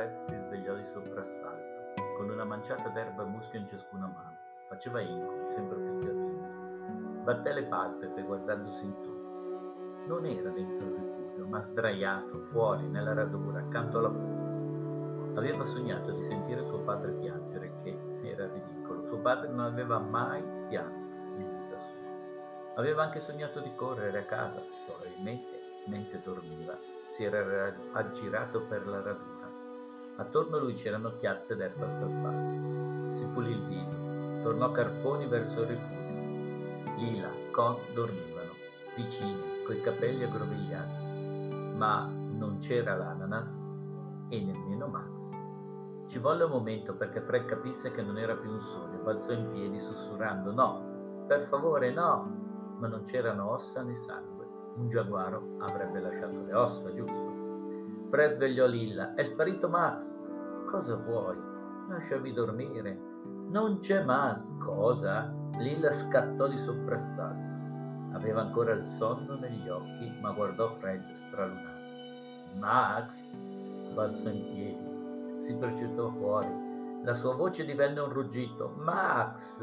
Fred si svegliò di soprassalto, con una manciata d'erba e muschio in ciascuna mano. Faceva incubi, sempre più terribili. Batté le palpebre guardandosi intorno. Non era dentro il rifugio, ma sdraiato, fuori, nella radura, accanto alla pozza. Aveva sognato di sentire suo padre piangere, che era ridicolo. Suo padre non aveva mai pianto in vita sua. Aveva anche sognato di correre a casa, probabilmente, mentre dormiva, si era aggirato per la radura. Attorno a lui c'erano chiazze d'erba spalmate. Si pulì il viso, tornò carponi verso il rifugio. Lila, Con dormivano, vicini, coi capelli aggrovigliati. Ma non c'era l'ananas e nemmeno Max. Ci volle un momento perché Fred capisse che non era più un sogno, balzò in piedi sussurrando no, per favore no, ma non c'erano ossa né sangue. Un giaguaro avrebbe lasciato le ossa, giusto? Fred svegliò Lilla. È sparito Max. Cosa vuoi? Lasciami dormire. Non c'è Max. Cosa? Lilla scattò di soprassalto. Aveva ancora il sonno negli occhi, ma guardò Fred stralunato. Max? Balzò in piedi. Si precipitò fuori. La sua voce divenne un ruggito. Max!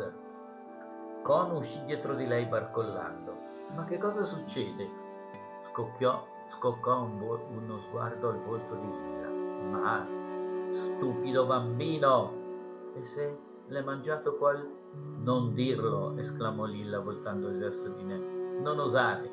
Con uscì dietro di lei barcollando. Ma che cosa succede? Scoccò uno sguardo al volto di Lilla. Max, stupido bambino! E se l'è mangiato Non dirlo, esclamò Lilla voltandosi verso di me. Non osare.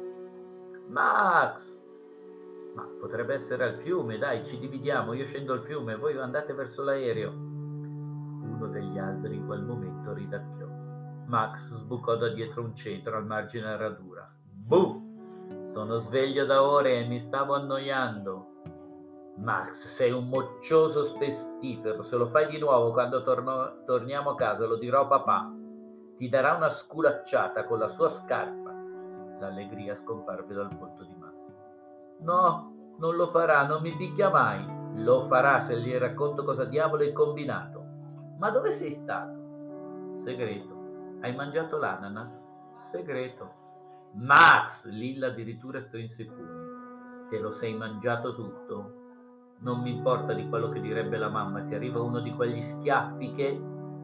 Max! Ma potrebbe essere al fiume, dai, ci dividiamo, io scendo al fiume, voi andate verso l'aereo. Uno degli alberi in quel momento ridacchiò. Max sbucò da dietro un cedro al margine della radura. Buh! Sono sveglio da ore e mi stavo annoiando. Max, sei un moccioso pestifero. Se lo fai di nuovo quando torniamo a casa lo dirò a papà. Ti darà una sculacciata con la sua scarpa. L'allegria scomparve dal volto di Max. No, non lo farà, non mi picchia mai. Lo farà se gli racconto cosa diavolo hai combinato. Ma dove sei stato? Segreto. Hai mangiato l'ananas? Segreto. Max! Lilla addirittura strinse i pugni. Te lo sei mangiato tutto? Non mi importa di quello che direbbe la mamma, ti arriva uno di quegli schiaffi che...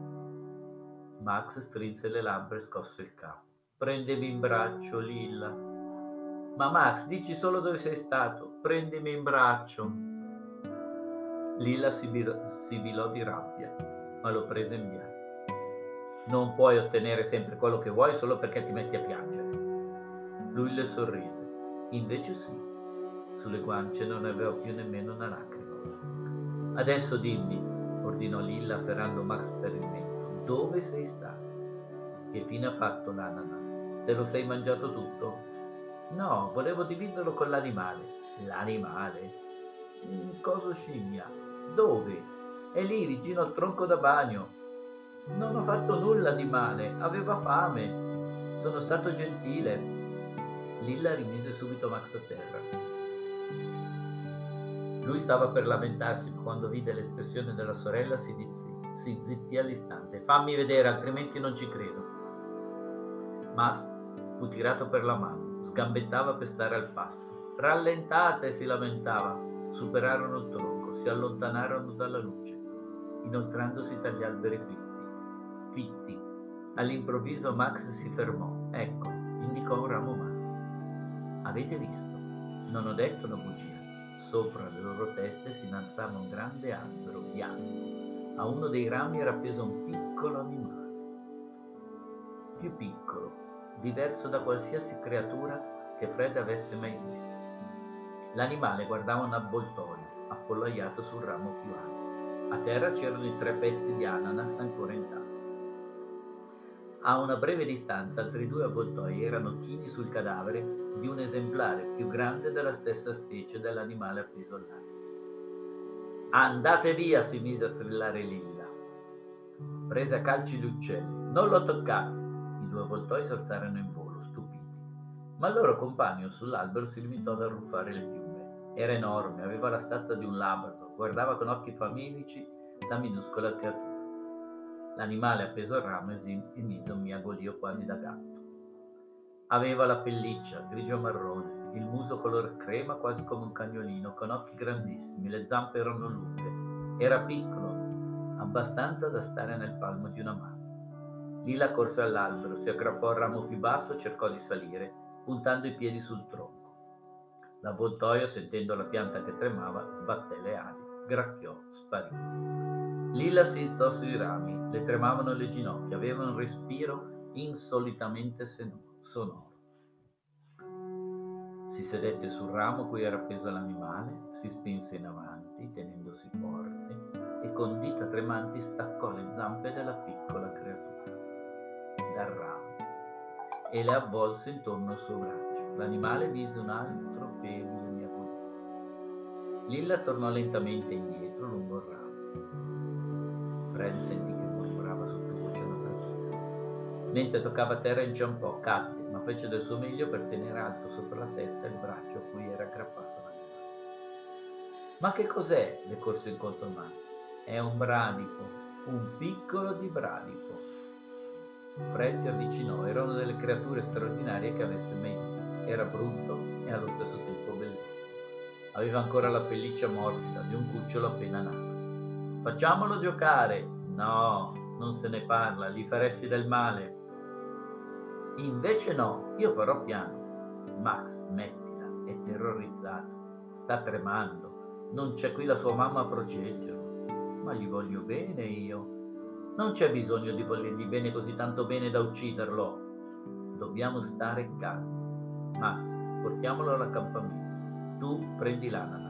Max strinse le labbra e scosse il capo. Prendimi in braccio, Lilla. Ma Max, dici solo dove sei stato. Prendimi in braccio. Lilla sibilò di rabbia, ma lo prese in bianco. Non puoi ottenere sempre quello che vuoi solo perché ti metti a piangere. Lui le sorrise. Invece sì. Sulle guance non aveva più nemmeno una lacrima. Adesso dimmi, ordinò Lilla afferrando Max per il mento, dove sei stato? Che fine ha fatto l'ananas? Te lo sei mangiato tutto? No, volevo dividerlo con l'animale. L'animale? Coso scimmia? Dove? È lì, vicino al tronco da bagno. Non ho fatto nulla di male, aveva fame. Sono stato gentile. Lilla rimise subito Max a terra. Lui stava per lamentarsi, ma quando vide l'espressione della sorella si zittì all'istante. Fammi vedere, altrimenti non ci credo. Max fu tirato per la mano, sgambettava per stare al passo. Rallentate, si lamentava. Superarono il tronco, si allontanarono dalla luce, inoltrandosi tra gli alberi fitti. All'improvviso Max si fermò. Ecco, indicò un ramo maschio. Avete visto? Non ho detto una bugia. Sopra le loro teste si innalzava un grande albero bianco. A uno dei rami era appeso un piccolo animale. Più piccolo, diverso da qualsiasi creatura che Fred avesse mai visto. L'animale guardava un avvoltoio, appollaiato sul ramo più alto. A terra c'erano i 3 pezzi di ananas ancora intatti. A una breve distanza altri 2 avvoltoi erano chini sul cadavere di un esemplare più grande della stessa specie dell'animale appeso all'aria. Andate via, si mise a strillare Lilla. Prese a calci gli uccelli. Non lo toccate! I 2 avvoltoi si alzarono in volo, stupiti. Ma il loro compagno sull'albero si limitò ad arruffare le piume. Era enorme, aveva la stazza di un labrador, guardava con occhi famelici la minuscola creatura. L'animale appeso al ramo emise un miagolio quasi da gatto. Aveva la pelliccia grigio-marrone, il muso color crema quasi come un cagnolino, con occhi grandissimi, le zampe erano lunghe. Era piccolo, abbastanza da stare nel palmo di una mano. Lilla corse all'albero, si aggrappò al ramo più basso e cercò di salire, puntando i piedi sul tronco. L'avvoltoio, sentendo la pianta che tremava, sbatté le ali, gracchiò, sparì. Lilla si alzò sui rami, le tremavano le ginocchia, aveva un respiro insolitamente sonoro. Si sedette sul ramo cui era appeso l'animale, si spinse in avanti, tenendosi forte, e con dita tremanti staccò le zampe della piccola creatura dal ramo e le avvolse intorno al suo braccio. L'animale vise un altro febile miagolio. Lilla tornò lentamente indietro lungo il ramo. Fred sentì che mormorava sottovoce una preghiera. Mentre toccava terra inciampò, cadde, ma fece del suo meglio per tenere alto sopra la testa il braccio a cui era aggrappato l'animale. Ma che cos'è? Le corse incontro Max. È un bradipo, un piccolo di bradipo. Fred si avvicinò, era una delle creature straordinarie che avesse mai visto. Era brutto e allo stesso tempo bellissimo. Aveva ancora la pelliccia morbida di un cucciolo appena nato. Facciamolo giocare! No, non se ne parla, gli faresti del male. Invece no, io farò piano. Max, smettila, è terrorizzato, sta tremando, non c'è qui la sua mamma a proteggerlo. Ma gli voglio bene io. Non c'è bisogno di volergli bene così tanto bene da ucciderlo. Dobbiamo stare calmi. Max, portiamolo all'accampamento. Tu prendi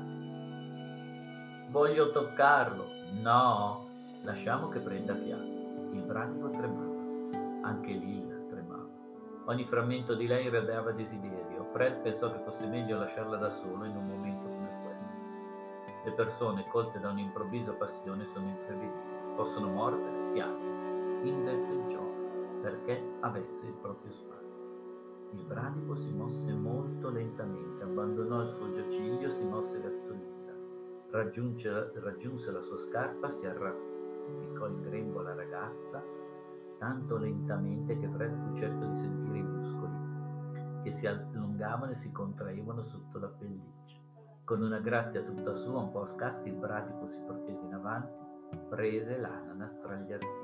l'ananas. Voglio toccarlo. No, lasciamo che prenda fiato. Il bradipo tremava. Anche Lilla tremava. Ogni frammento di lei irradiava desiderio. Fred pensò che fosse meglio lasciarla da solo in un momento come quello. Le persone colte da un'improvvisa passione sono imprevedibili. Possono mordere, piangere, invertiggiare perché avesse il proprio spazio. Il bradipo si mosse molto lentamente, abbandonò il suo giaciglio, si mosse verso Lilla, raggiunse la sua scarpa, si arrampicò in grembo alla ragazza, tanto lentamente che Fred fu certo di sentire i muscoli che si allungavano e si contraevano sotto la pelliccia. Con una grazia tutta sua, un po' a scatti, il bradipo si protese in avanti, prese l'ananas tra gli artigli.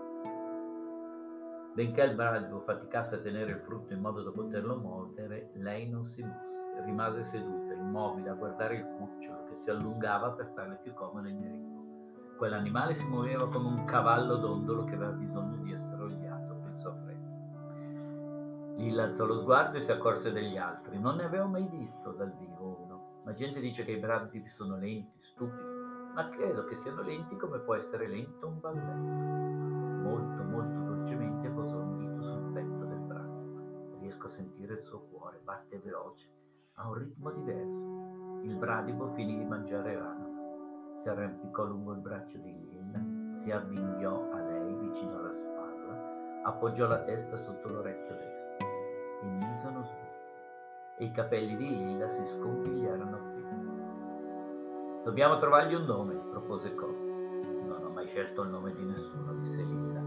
Benché il bradipo faticasse a tenere il frutto in modo da poterlo mordere, lei non si mosse, rimase seduta, immobile, a guardare il cucciolo che si allungava per stare più comodo in grembo. Quell'animale si muoveva come un cavallo dondolo che aveva bisogno di essere oliato, pensò Fred. Lilla alzò lo sguardo e si accorse degli altri. Non ne avevo mai visto dal vivo uno. La gente dice che i bradipi sono lenti, stupidi, ma credo che siano lenti come può essere lento un balletto. Molto, molto dolcemente posò un dito sul petto del bradipo. Riesco a sentire il suo cuore, batte veloce, a un ritmo diverso. Il bradipo finì di mangiare l'ananas, si arrampicò lungo il braccio di Lilla, si avvinghiò a lei vicino alla spalla, appoggiò la testa sotto l'orecchio destro. Il mise uno sbuffo e i capelli di Lilla si scompigliarono appena. Dobbiamo trovargli un nome, propose Cobb. Non ho mai scelto il nome di nessuno, disse Lilla.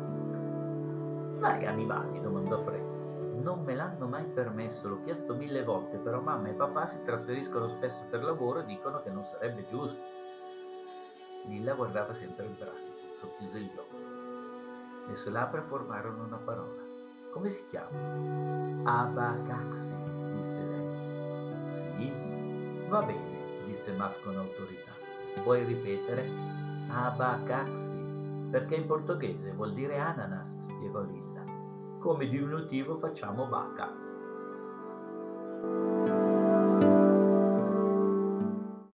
Vari animali, domandò Fred. Non me l'hanno mai permesso, l'ho chiesto 1000 volte, però mamma e papà si trasferiscono spesso per lavoro e dicono che non sarebbe giusto. Lilla guardava sempre il bradipo, socchiuse gli occhi. Le sue labbra formarono una parola. Come si chiama? Abagaxi, disse lei. Sì, va bene, disse Max con autorità. Puoi ripetere? Abagaxi, perché in portoghese vuol dire ananas, spiegò Lilla. Come diminutivo facciamo vaca.